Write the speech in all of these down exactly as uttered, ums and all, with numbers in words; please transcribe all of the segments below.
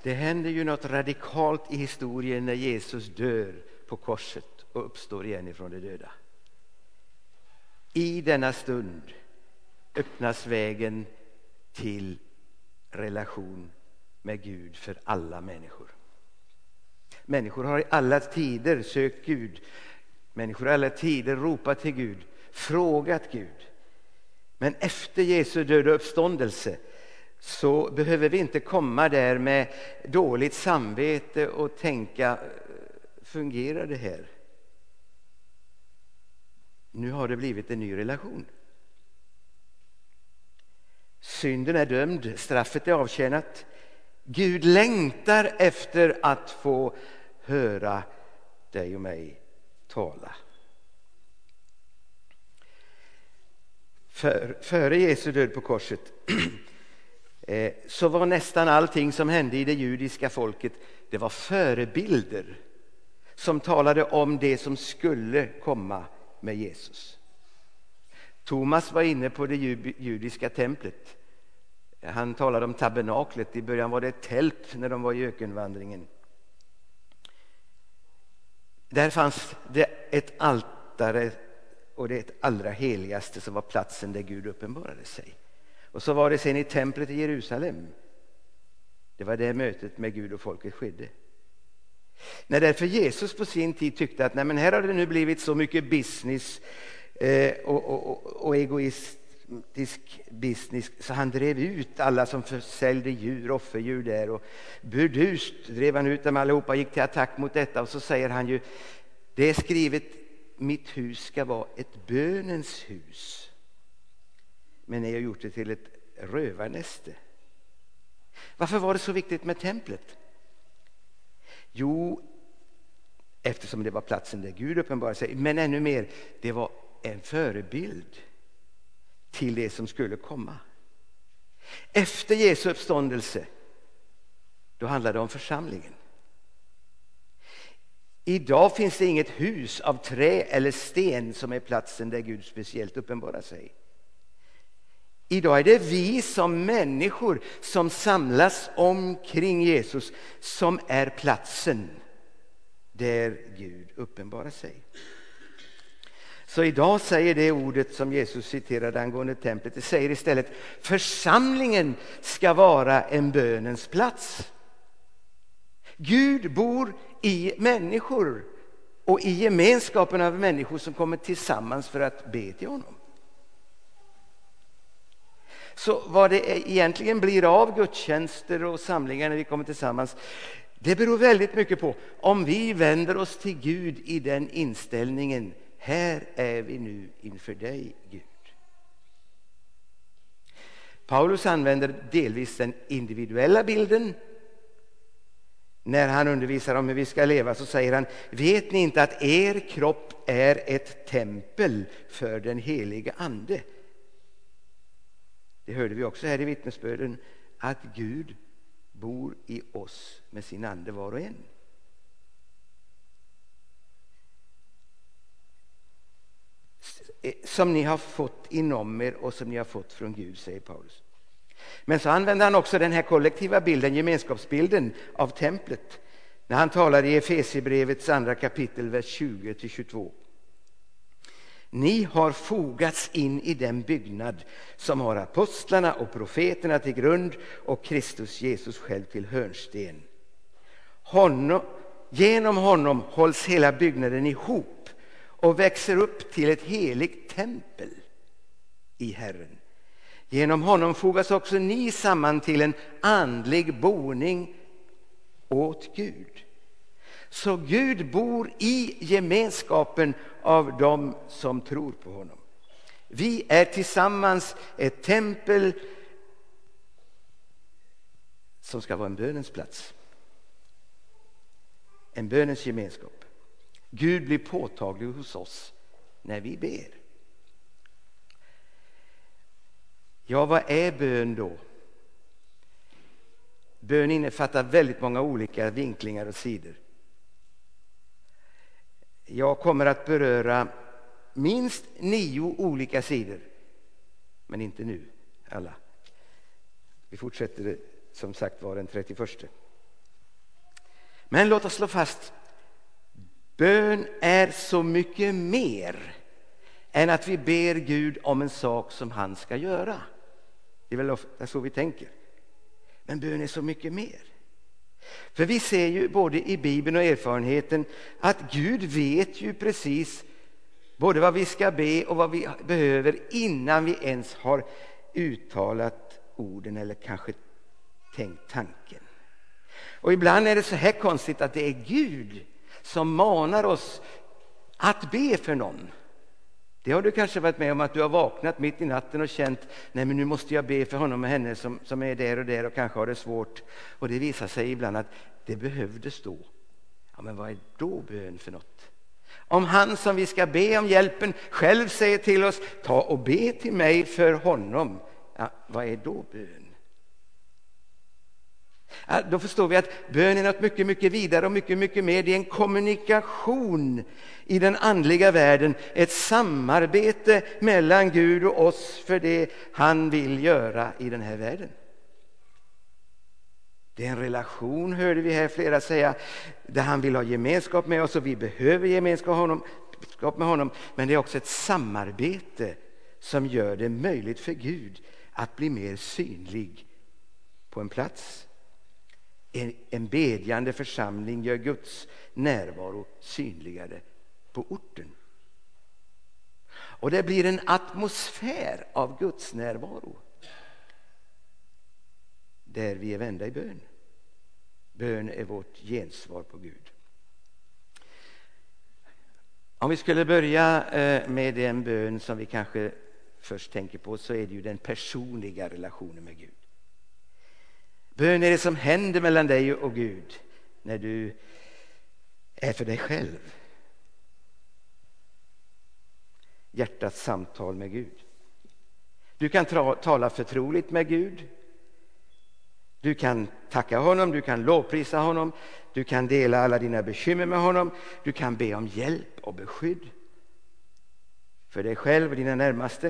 Det händer ju något radikalt i historien när Jesus dör på korset och uppstår igen ifrån de döda. I denna stund öppnas vägen till relation med Gud för alla människor. Människor har i alla tider sökt Gud. Människor har i alla tider ropat till Gud, frågat Gud. Men efter Jesu död och uppståndelse så behöver vi inte komma där med dåligt samvete och tänka, fungerar det här? Nu har det blivit en ny relation. Synden är dömd, straffet är avtjänat. Gud längtar efter att få höra dig och mig tala. För, före Jesu död på korset så var nästan allting som hände i det judiska folket, det var förebilder som talade om det som skulle komma med Jesus. Thomas var inne på det judiska templet. Han talade om tabernaklet. I början var det ett tält när de var i ökenvandringen. Där fanns det ett altare och det allra heligaste som var platsen där Gud uppenbarade sig. Och så var det sen i templet i Jerusalem. Det var det mötet med Gud och folket skedde. När därför Jesus på sin tid tyckte att nej, men här har det nu blivit så mycket business eh, och, och, och egoistisk business så han drev ut alla som försäljde djur, offerdjur där, och burdust drev han ut dem allihopa, gick till attack mot detta. Och så säger han ju, det är skrivet, mitt hus ska vara ett bönens hus, men ni har gjort det till ett rövarnäste. Varför var det så viktigt med templet? Jo, eftersom det var platsen där Gud uppenbarade sig, men ännu mer, det var en förebild till det som skulle komma. Efter Jesu uppståndelse, då handlade det om församlingen. Idag finns det inget hus av trä eller sten som är platsen där Gud speciellt uppenbarar sig. Idag är det vi som människor som samlas omkring Jesus som är platsen där Gud uppenbarar sig. Så idag säger det ordet som Jesus citerade angående templet, det säger istället församlingen ska vara en bönens plats. Gud bor i människor och i gemenskapen av människor som kommer tillsammans för att be till honom. Så vad det egentligen blir av gudstjänster och samlingar när vi kommer tillsammans, det beror väldigt mycket på om vi vänder oss till Gud i den inställningen, här är vi nu inför dig Gud. Paulus använder delvis den individuella bilden. När han undervisar om hur vi ska leva så säger han, vet ni inte att er kropp är ett tempel för den helige ande? Det hörde vi också här i vittnesbörden, att Gud bor i oss med sin ande var och en. Som ni har fått inom er och som ni har fått från Gud, säger Paulus. Men så använder han också den här kollektiva bilden, gemenskapsbilden av templet, när han talar i Efesierbrevets andra kapitel, vers tjugo till tjugotvå. Ni har fogats in i den byggnad som har apostlarna och profeterna till grund och Kristus Jesus själv till hörnsten. Honom, genom honom hålls hela byggnaden ihop och växer upp till ett heligt tempel i Herren. Genom honom fogas också ni samman till en andlig boning åt Gud. Så Gud bor i gemenskapen av dem som tror på honom. Vi är tillsammans ett tempel som ska vara en bönens plats. En bönens gemenskap. Gud blir påtaglig hos oss när vi ber. Ja, vad är bön då? Bön innefattar väldigt många olika vinklingar och sidor. Jag kommer att beröra minst nio olika sidor, men inte nu alla. Vi fortsätter som sagt var den trettioförsta. Men låt oss slå fast, bön är så mycket mer än att vi ber Gud om en sak som han ska göra. Det är väl ofta så vi tänker. Men bön är så mycket mer. För vi ser ju både i Bibeln och erfarenheten att Gud vet ju precis både vad vi ska be och vad vi behöver innan vi ens har uttalat orden eller kanske tänkt tanken. Och ibland är det så här konstigt att det är Gud som manar oss att be för någon. Det har du kanske varit med om, att du har vaknat mitt i natten och känt, nej men nu måste jag be för honom och henne som, som är där och där och kanske har det svårt. Och det visar sig ibland att det behövdes då. Ja, men vad är då bön för något? Om han som vi ska be om hjälpen själv säger till oss, ta och be till mig för honom. Ja, vad är då bön? Ja, då förstår vi att bön är något mycket, mycket vidare och mycket, mycket mer. Det är en kommunikation i den andliga världen. Ett samarbete mellan Gud och oss för det han vill göra i den här världen. Det är en relation, hörde vi här flera säga, där han vill ha gemenskap med oss och vi behöver gemenskap med honom. Men det är också ett samarbete som gör det möjligt för Gud att bli mer synlig på en plats. En, en bedjande församling gör Guds närvaro synligare på orten. Och det blir en atmosfär av Guds närvaro där vi är vända i bön. Bön är vårt gensvar på Gud. Om vi skulle börja med den bön som vi kanske först tänker på, så är det ju den personliga relationen med Gud. Bön är det som händer mellan dig och Gud när du är för dig själv. Hjärtats samtal med Gud. Du kan tra- tala förtroligt med Gud. Du kan tacka honom, du kan lovprisa honom. Du kan dela alla dina bekymmer med honom. Du kan be om hjälp och beskydd för dig själv och dina närmaste.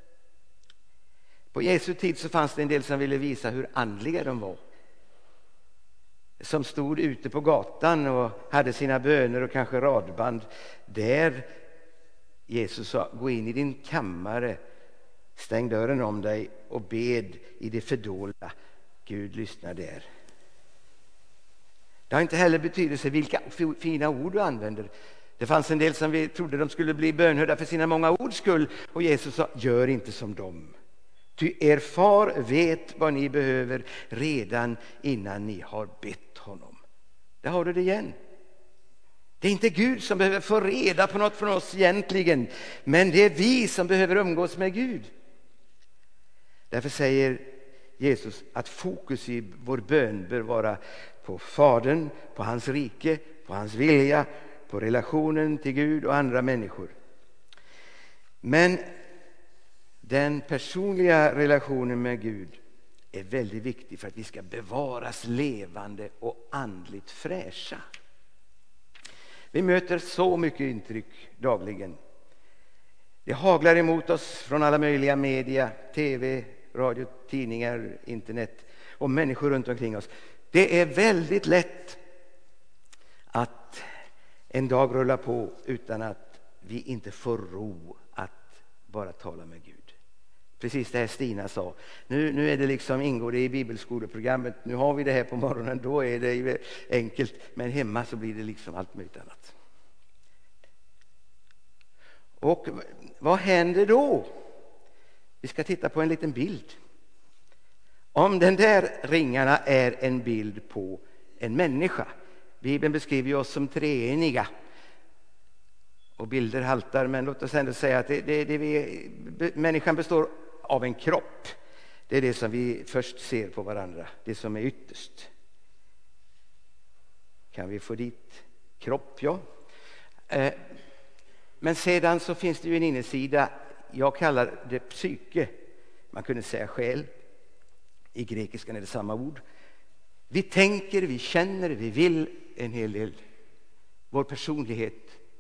På Jesu tid så fanns det en del som ville visa hur andliga de var. Som stod ute på gatan och hade sina böner och kanske radband. Där Jesus sa, gå in i din kammare, stäng dörren om dig och bed i det fördolda. Gud lyssnar där. Det har inte heller betydelse vilka fina ord du använder. Det fanns en del som vi trodde de skulle bli bönhörda för sina många ords skull. Och Jesus sa, gör inte som dem. Ty er far vet vad ni behöver redan innan ni har bett honom. Där har du det igen. Det är inte Gud som behöver få reda på något från oss egentligen. Men det är vi som behöver umgås med Gud. Därför säger Jesus att fokus i vår bön bör vara på Fadern, på hans rike, på hans vilja, på relationen till Gud och andra människor. Men den personliga relationen med Gud är väldigt viktig för att vi ska bevaras levande och andligt fräscha. Vi möter så mycket intryck dagligen. Det haglar emot oss från alla möjliga media, tv, radio, tidningar, internet och människor runt omkring oss. Det är väldigt lätt att en dag rulla på utan att vi inte får ro att bara tala med Gud. Precis det här Stina sa. Nu, nu är det liksom, ingår det i bibelskoleprogrammet. Nu har vi det här på morgonen, då är det enkelt. Men hemma så blir det liksom allt möjligt annat. Och vad händer då? Vi ska titta på en liten bild. Om den där ringarna är en bild på en människa. Bibeln beskriver oss som treeniga. Och bilder haltar, men låt oss ändå säga att det, det, det vi, människan består av en kropp. Det är det som vi först ser på varandra. Det som är ytterst. Kan vi få dit kropp? Ja. Eh, men sedan så finns det ju en innesida. Jag kallar det psyke. Man kunde säga själ. I grekiskan är det samma ord. Vi tänker, vi känner, vi vill en hel del. Vår personlighet.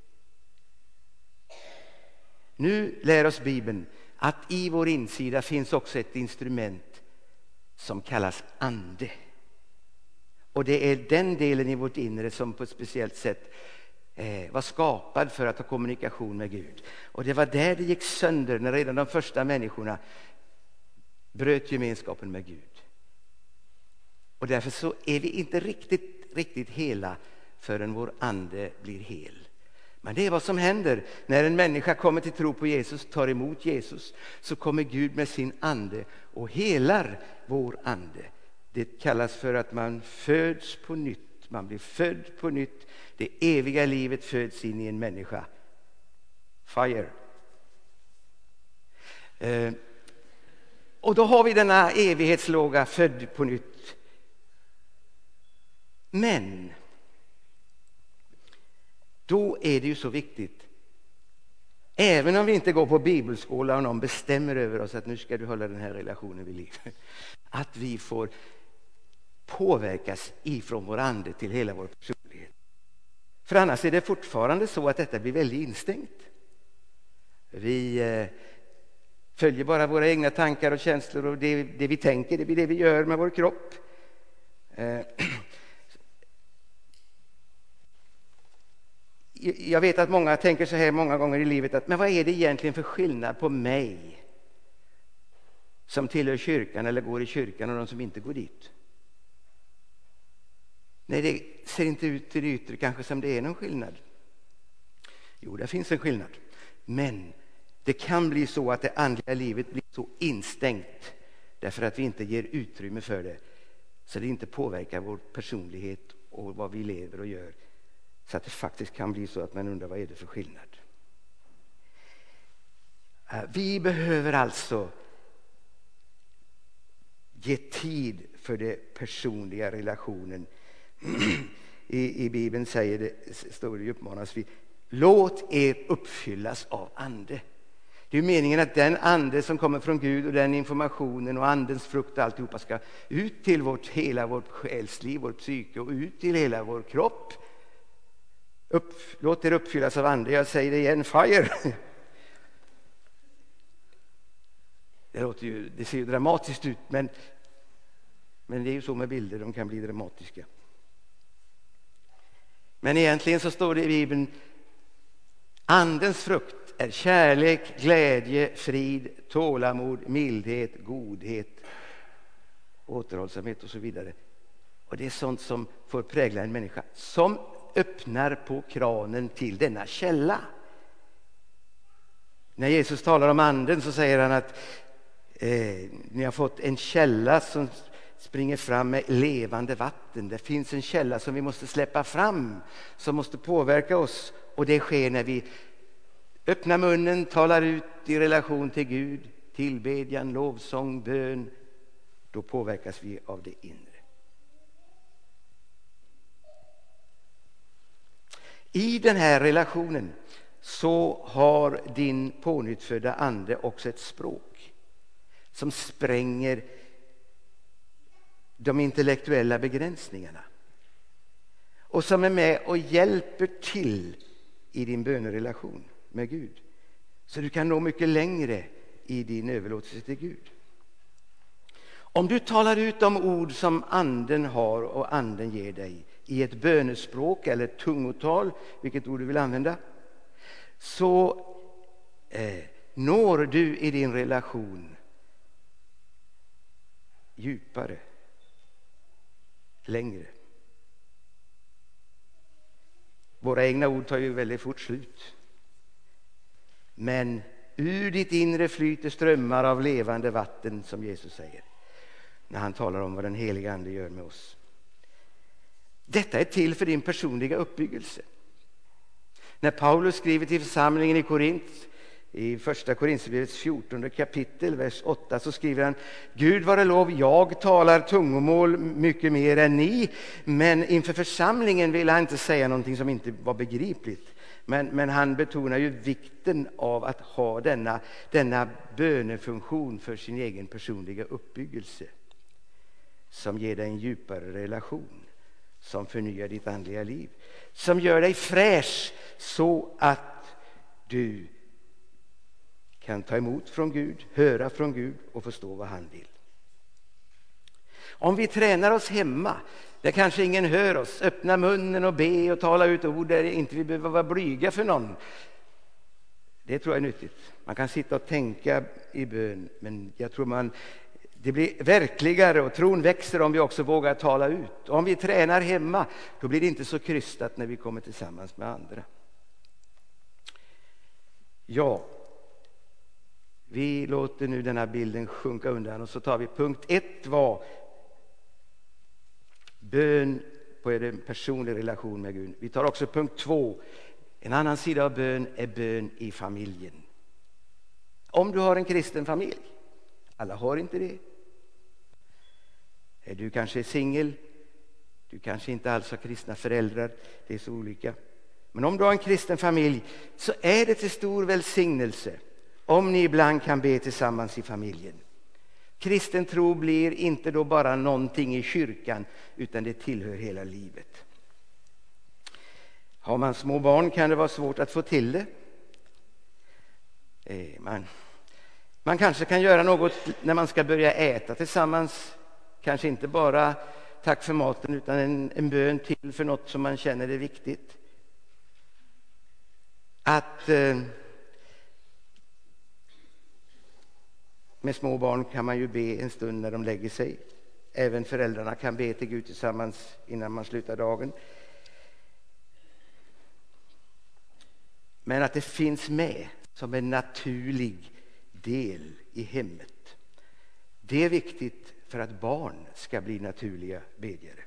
Nu lär oss Bibeln att i vår insida finns också ett instrument som kallas ande. Och det är den delen i vårt inre som på ett speciellt sätt eh, var skapad för att ha kommunikation med Gud. Och det var där det gick sönder när redan de första människorna bröt gemenskapen med Gud. Och därför så är vi inte riktigt, riktigt hela förrän vår ande blir hel. Men det är vad som händer när en människa kommer till tro på Jesus, tar emot Jesus, så kommer Gud med sin ande och helar vår ande. Det kallas för att man föds på nytt, man blir född på nytt. Det eviga livet föds in i en människa. Fire. Eh, och då har vi denna evighetslåga, född på nytt. Men då är det ju så viktigt, även om vi inte går på bibelskola och någon bestämmer över oss att nu ska du hålla den här relationen vid liv, att vi får påverkas ifrån vår ande till hela vår personlighet. För annars är det fortfarande så att detta blir väldigt instängt. Vi eh, följer bara våra egna tankar och känslor, och det, det vi tänker, det blir det vi gör med vår kropp. Eh, Jag vet att många tänker så här många gånger i livet, att men vad är det egentligen för skillnad på mig som tillhör kyrkan eller går i kyrkan och de som inte går dit? Nej, det ser inte ut till det yttre kanske som det är någon skillnad. Jo, det finns en skillnad. Men det kan bli så att det andliga livet blir så instängt därför att vi inte ger utrymme för det, så det inte påverkar vår personlighet och vad vi lever och gör. Så att det faktiskt kan bli så att man undrar, vad är det för skillnad? Vi behöver alltså ge tid för den personliga relationen. I, i Bibeln säger det, står det, uppmanas vi, låt er uppfyllas av ande. Det är meningen att den ande som kommer från Gud och den informationen och andens frukt och alltihopa ska ut till vårt, hela vårt själsliv, vårt psyke och ut till hela vår kropp. Upp, låt er uppfyllas av ande. Jag säger det igen, fire. Det, låter ju, det ser ju dramatiskt ut, men, men det är ju så med bilder, de kan bli dramatiska. Men egentligen så står det i Bibeln, andens frukt är kärlek, glädje, frid, tålamod, mildhet, godhet, återhållsamhet och så vidare. Och det är sånt som får prägla en människa, som öppnar på kranen till denna källa. När Jesus talar om anden så säger han att eh, ni har fått en källa som springer fram med levande vatten. Det finns en källa som vi måste släppa fram, som måste påverka oss, och det sker när vi öppnar munnen, talar ut i relation till Gud, tillbedjan, lovsång, bön. Då påverkas vi av det inre. I den här relationen så har din pånyttfödda ande också ett språk som spränger de intellektuella begränsningarna och som är med och hjälper till i din bönerelation med Gud, så du kan nå mycket längre i din överlåtelse till Gud. Om du talar ut de ord som anden har och anden ger dig i ett bönespråk eller tungotal, vilket ord du vill använda, så eh, når du i din relation djupare, längre. Våra egna ord tar ju väldigt fort slut. Men ur ditt inre flyter strömmar av levande vatten, som Jesus säger när han talar om vad den heliga ande gör med oss. Detta är till för din personliga uppbyggelse. När Paulus skriver till församlingen i Korint, i första Korinthierbrevets fjortonde kapitel, vers åtta, så skriver han: Gud vare lov, jag talar tungomål mycket mer än ni, men inför församlingen vill han inte säga någonting som inte var begripligt. Men, men han betonar ju vikten av att ha denna, denna bönefunktion för sin egen personliga uppbyggelse, som ger dig en djupare relation, som förnyar ditt andliga liv, som gör dig fräsch så att du kan ta emot från Gud, höra från Gud och förstå vad han vill. Om vi tränar oss hemma Där kanske ingen hör oss. Öppna munnen och be och tala ut ord där inte vi behöver vara blyga för någon. Det tror jag är nyttigt. Man kan sitta och tänka i bön, men jag tror man det blir verkligare och tron växer om vi också vågar tala ut. Om vi tränar hemma, då blir det inte så krystat när vi kommer tillsammans med andra. Ja, vi låter nu denna bilden sjunka undan och så tar vi punkt ett var bön på en personlig relation med Gud. Vi tar också punkt två. En annan sida av bön är bön i familjen. Om du har en kristen familj, alla har inte det. Du kanske är singel, du kanske inte alls har kristna föräldrar, det är så olika. Men om du har en kristen familj så är det till stor välsignelse om ni ibland kan be tillsammans i familjen. Kristen tro blir inte då bara någonting i kyrkan, utan det tillhör hela livet. Har man små barn kan det vara svårt att få till det. Man, man kanske kan göra något när man ska börja äta tillsammans. Kanske inte bara tack för maten, utan en, en bön till för något som man känner är viktigt. Att eh, med små barn kan man ju be en stund när de lägger sig. Även föräldrarna kan be till Gud tillsammans innan man slutar dagen. Men att det finns med som en naturlig del i hemmet. Det är viktigt för att barn ska bli naturliga bedjare.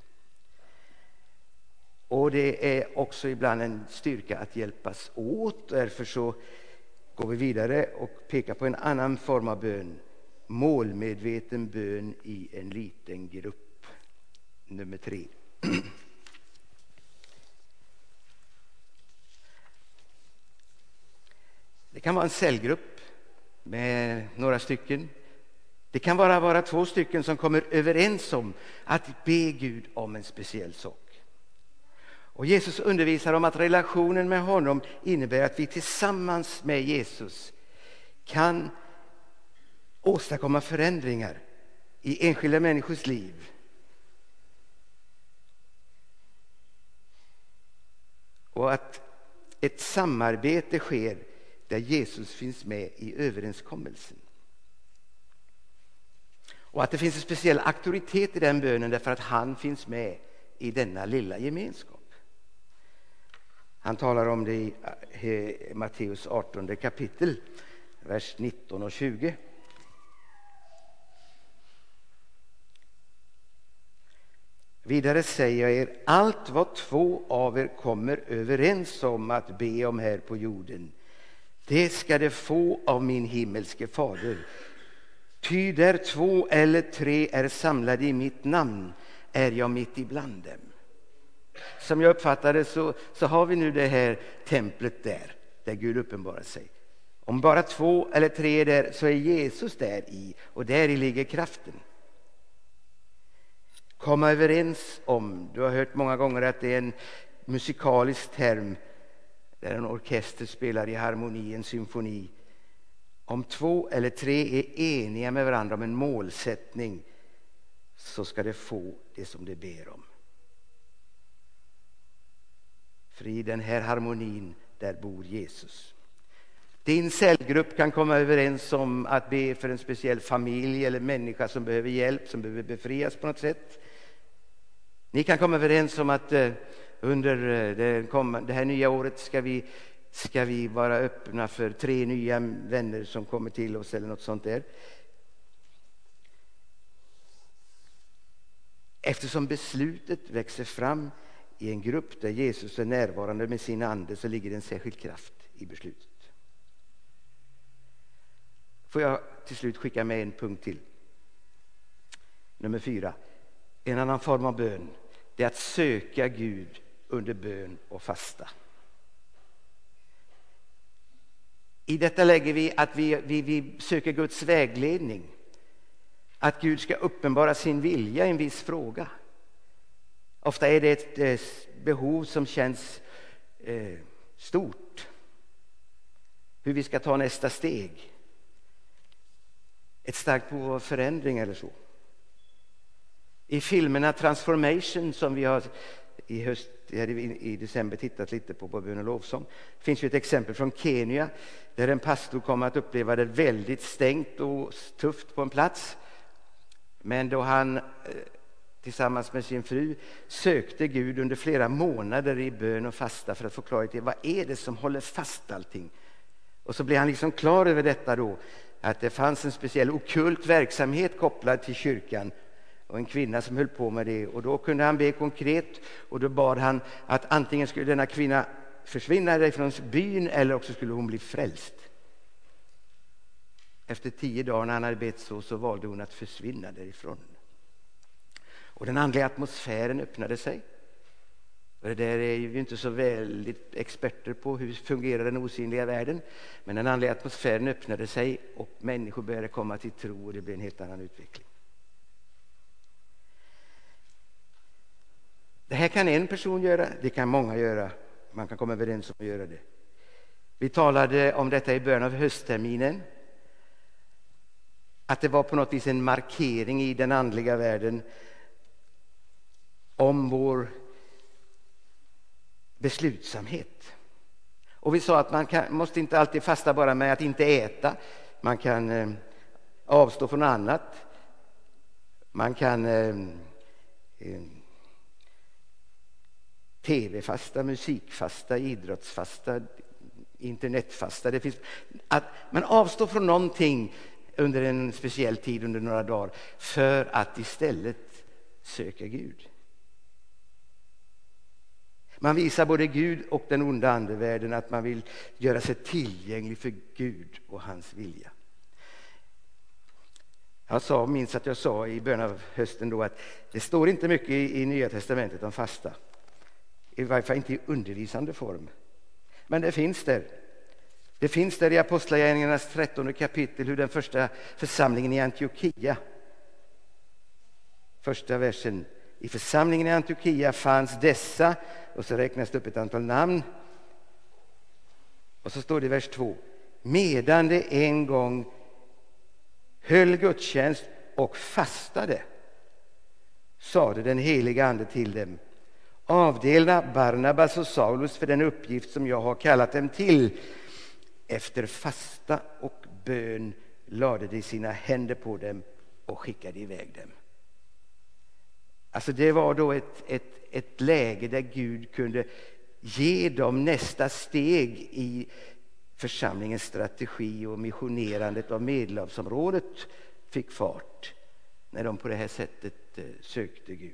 Och det är också ibland en styrka att hjälpas åt. Därför så går vi vidare och pekar på en annan form av bön. Målmedveten bön i en liten grupp. Nummer tre. Det kan vara en cellgrupp med några stycken. Det kan bara vara två stycken som kommer överens om att be Gud om en speciell sak. Och Jesus undervisar om att relationen med honom innebär att vi tillsammans med Jesus kan åstadkomma förändringar i enskilda människors liv. Och att ett samarbete sker där Jesus finns med i överenskommelsen. Och att det finns en speciell auktoritet i den bönen därför att han finns med i denna lilla gemenskap. Han talar om det i Matteus artonde kapitel, vers nitton och tjugo. Vidare säger jag er, allt vad två av er kommer överens om att be om här på jorden, det ska det få av min himmelske fader. Ty där två eller tre är samlade i mitt namn är jag mitt ibland dem. Som jag uppfattar det så, så har vi nu det här templet där, där Gud uppenbarar sig. Om bara två eller tre är där så är Jesus där i, och där i ligger kraften. Komma överens om, du har hört många gånger att det är en musikalisk term där en orkester spelar i harmoni, en symfoni. Om två eller tre är eniga med varandra om en målsättning så ska det få det som det ber om. För i den här harmonin där bor Jesus. Din cellgrupp kan komma överens om att be för en speciell familj eller människa som behöver hjälp, som behöver befrias på något sätt. Ni kan komma överens om att under det här nya året ska vi, ska vi vara öppna för tre nya vänner som kommer till oss eller något sånt där. Eftersom beslutet växer fram i en grupp där Jesus är närvarande med sin ande så ligger det en särskild kraft i beslutet. Får jag till slut skicka med en punkt till. Nummer fyra. En annan form av bön, det är att söka Gud under bön och fasta. I detta lägger vi att vi, vi, vi söker Guds vägledning. Att Gud ska uppenbara sin vilja i en viss fråga. Ofta är det ett eh, behov som känns eh, stort. Hur vi ska ta nästa steg. Ett starkt behov av förändring eller så. I filmerna Transformation som vi har i höst i december tittat lite på på bön och lovsång, finns ju ett exempel från Kenya där en pastor kommer att uppleva det väldigt stängt och tufft på en plats. Men då han tillsammans med sin fru sökte Gud under flera månader i bön och fasta för att få klarhet i vad är det som håller fast allting. Och så blev han liksom klar över detta då, att det fanns en speciell ockult verksamhet kopplad till kyrkan och en kvinna som höll på med det. Och då kunde han be konkret, och då bad han att antingen skulle denna kvinna försvinna från byn eller också skulle hon bli frälst. Efter tio dagar när han hade bett så, så valde hon att försvinna därifrån. Och den andliga atmosfären öppnade sig. Och det där är ju inte så väldigt experter på hur fungerar den osynliga världen. Men den andliga atmosfären öppnade sig och människor började komma till tro, och det blev en helt annan utveckling. Det här kan en person göra, det kan många göra. Man kan komma överens om att göra det. Vi talade om detta i början av höstterminen. Att det var på något vis en markering i den andliga världen om vår beslutsamhet. Och vi sa att man kan, måste inte alltid fasta bara med att inte äta. Man kan eh, avstå från annat. Man kan eh, eh, tv-fasta, musikfasta, idrottsfasta, internetfasta. Det finns, att man avstår från någonting under en speciell tid, under några dagar, för att istället söka Gud. Man visar både Gud och den onda andevärlden att man vill göra sig tillgänglig för Gud och hans vilja. Jag sa, minns att jag sa i början av hösten då att det står inte mycket i, i Nya testamentet om fasta. I varje fall inte i undervisande form. Men det finns där. Det finns där i Apostlagärningarnas trettonde kapitel hur den första församlingen i Antiochia, första versen, i församlingen i Antiochia fanns dessa, och så räknas det upp ett antal namn. Och så står det i vers två: medan det en gång höll gudstjänst och fastade, sade den heliga ande till dem: avdela Barnabas och Saulus för den uppgift som jag har kallat dem till. Efter fasta och bön lade de sina händer på dem och skickade iväg dem. Alltså det var då ett, ett, ett läge där Gud kunde ge dem nästa steg i församlingens strategi, och missionerandet av Medelhavsområdet fick fart när de på det här sättet sökte Gud.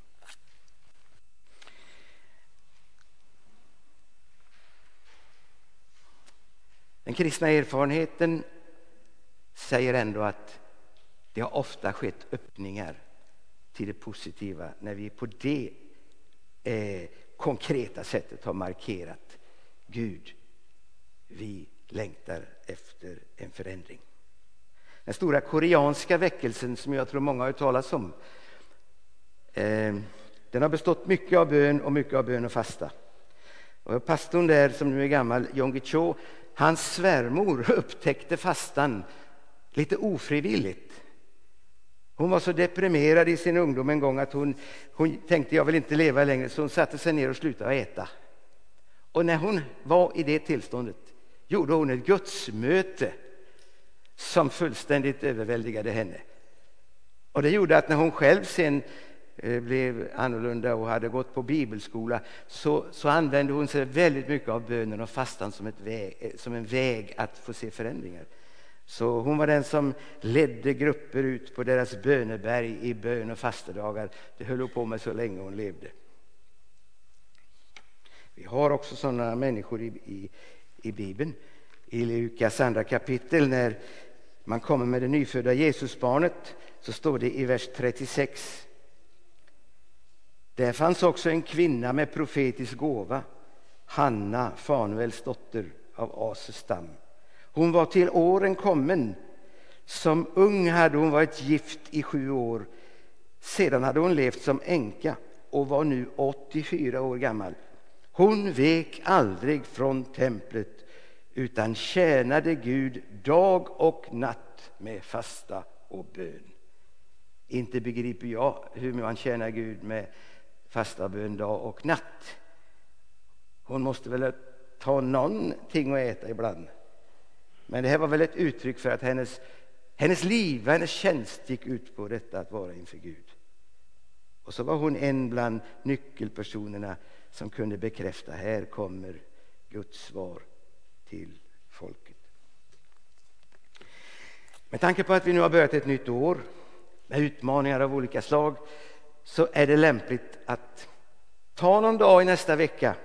Den kristna erfarenheten säger ändå att det har ofta skett öppningar till det positiva när vi på det eh, konkreta sättet har markerat: Gud, vi längtar efter en förändring. Den stora koreanska väckelsen som jag tror många har talat om, eh, den har bestått mycket av bön och mycket av bön och fasta. Och pastorn där som nu är gammal, Yonggi Cho, hans svärmor upptäckte fastan lite ofrivilligt. Hon var så deprimerad i sin ungdom en gång att hon, hon tänkte jag vill inte leva längre, så hon satte sig ner och slutade äta. Och när hon var i det tillståndet gjorde hon ett gudsmöte som fullständigt överväldigade henne. Och det gjorde att när hon själv sen eh, blev annorlunda och hade gått på bibelskola, så, så använde hon sig väldigt mycket av bönen och fastan som, ett väg, som en väg att få se förändringar. Så hon var den som ledde grupper ut på deras böneberg i bön- och fastedagar. Det höll hon på med så länge hon levde. Vi har också sådana människor i, i, i Bibeln. I Lukas andra kapitel, när man kommer med det nyfödda Jesusbarnet, så står det i vers trettiosex: där fanns också en kvinna med profetisk gåva, Hanna, Fanuels dotter av Ases stam. Hon var till åren kommen. Som ung hade hon varit gift i sju år. Sedan hade hon levt som änka och var nu åttiofyra år gammal. Hon vek aldrig från templet utan tjänade Gud dag och natt med fasta och bön. Inte begriper jag hur man tjänar Gud med fasta bön dag och natt. Hon måste väl ta någonting att äta ibland. Men det här var väl ett uttryck för att hennes, hennes liv, hennes tjänst gick ut på detta att vara inför Gud. Och så var hon en bland nyckelpersonerna som kunde bekräfta: här kommer Guds svar till folket. Med tanke på att vi nu har börjat ett nytt år med utmaningar av olika slag, så är det lämpligt att ta någon dag i nästa vecka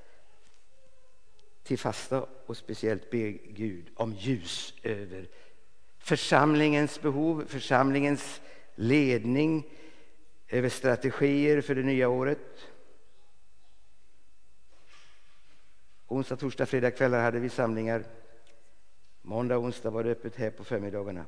till fasta och speciellt be Gud om ljus över församlingens behov, församlingens ledning, över strategier för det nya året. Onsdag, torsdag, fredag kvällar hade vi samlingar. Måndag och onsdag var det öppet här på förmiddagarna.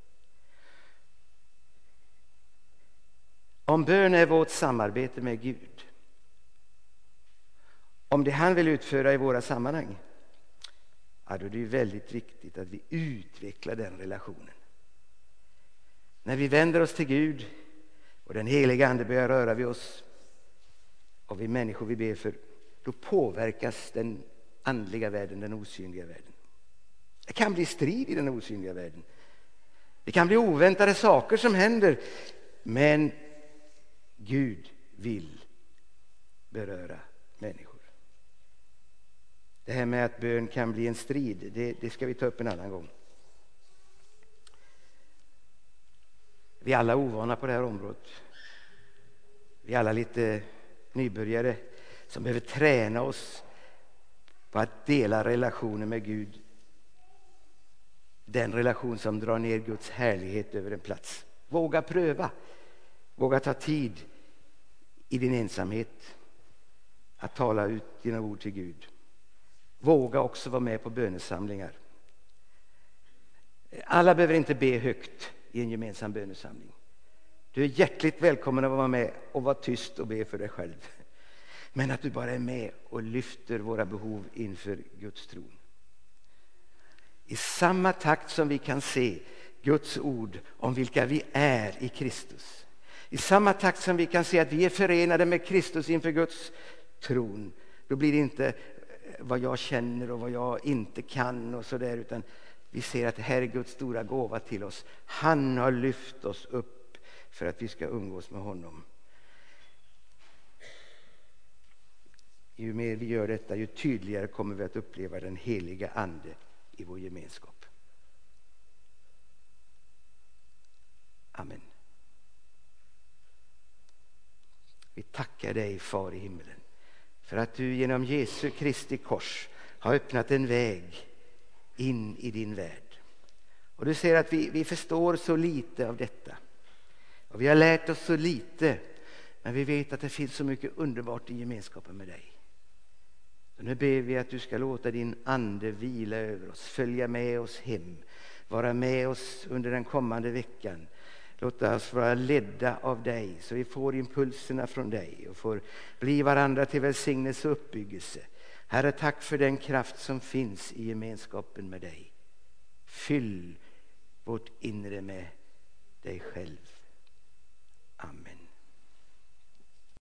Om bön är vårt samarbete med Gud, om det han vill utföra i våra sammanhang, ja, då är det väldigt viktigt att vi utvecklar den relationen. När vi vänder oss till Gud och den heliga ande börjar röra vid oss och vi människor vi ber för, då påverkas den andliga världen, den osynliga världen. Det kan bli strid i den osynliga världen. Det kan bli oväntade saker som händer, men Gud vill beröra människor. Det här med att bön kan bli en strid, det, det ska vi ta upp en annan gång. Vi är alla ovana på det här området. Vi är alla lite nybörjare som behöver träna oss på att dela relationen med Gud. Den relation som drar ner Guds härlighet över en plats. Våga pröva. Våga ta tid i din ensamhet att tala ut dina ord till Gud. Våga också vara med på bönesamlingar. Alla behöver inte be högt i en gemensam bönesamling. Du är hjärtligt välkommen att vara med och vara tyst och be för dig själv. Men att du bara är med och lyfter våra behov inför Guds tron. I samma takt som vi kan se Guds ord om vilka vi är i Kristus. I samma takt som vi kan se att vi är förenade med Kristus inför Guds tron. Då blir det inte vad jag känner och vad jag inte kan och sådär, utan vi ser att det här är Guds stora gåva till oss. Han har lyft oss upp för att vi ska umgås med honom. Ju mer vi gör detta, ju tydligare kommer vi att uppleva den heliga ande i vår gemenskap. Amen. Vi tackar dig, Far i himmelen, för att du genom Jesu Kristi kors har öppnat en väg in i din värld. Och du ser att vi, vi förstår så lite av detta. Och vi har lärt oss så lite, men vi vet att det finns så mycket underbart i gemenskapen med dig. Så nu ber vi att du ska låta din ande vila över oss, följa med oss hem, vara med oss under den kommande veckan. Låta oss vara ledda av dig så vi får impulserna från dig och får bli varandra till välsignelse och uppbyggelse. Herre, tack för den kraft som finns i gemenskapen med dig. Fyll vårt inre med dig själv. Amen.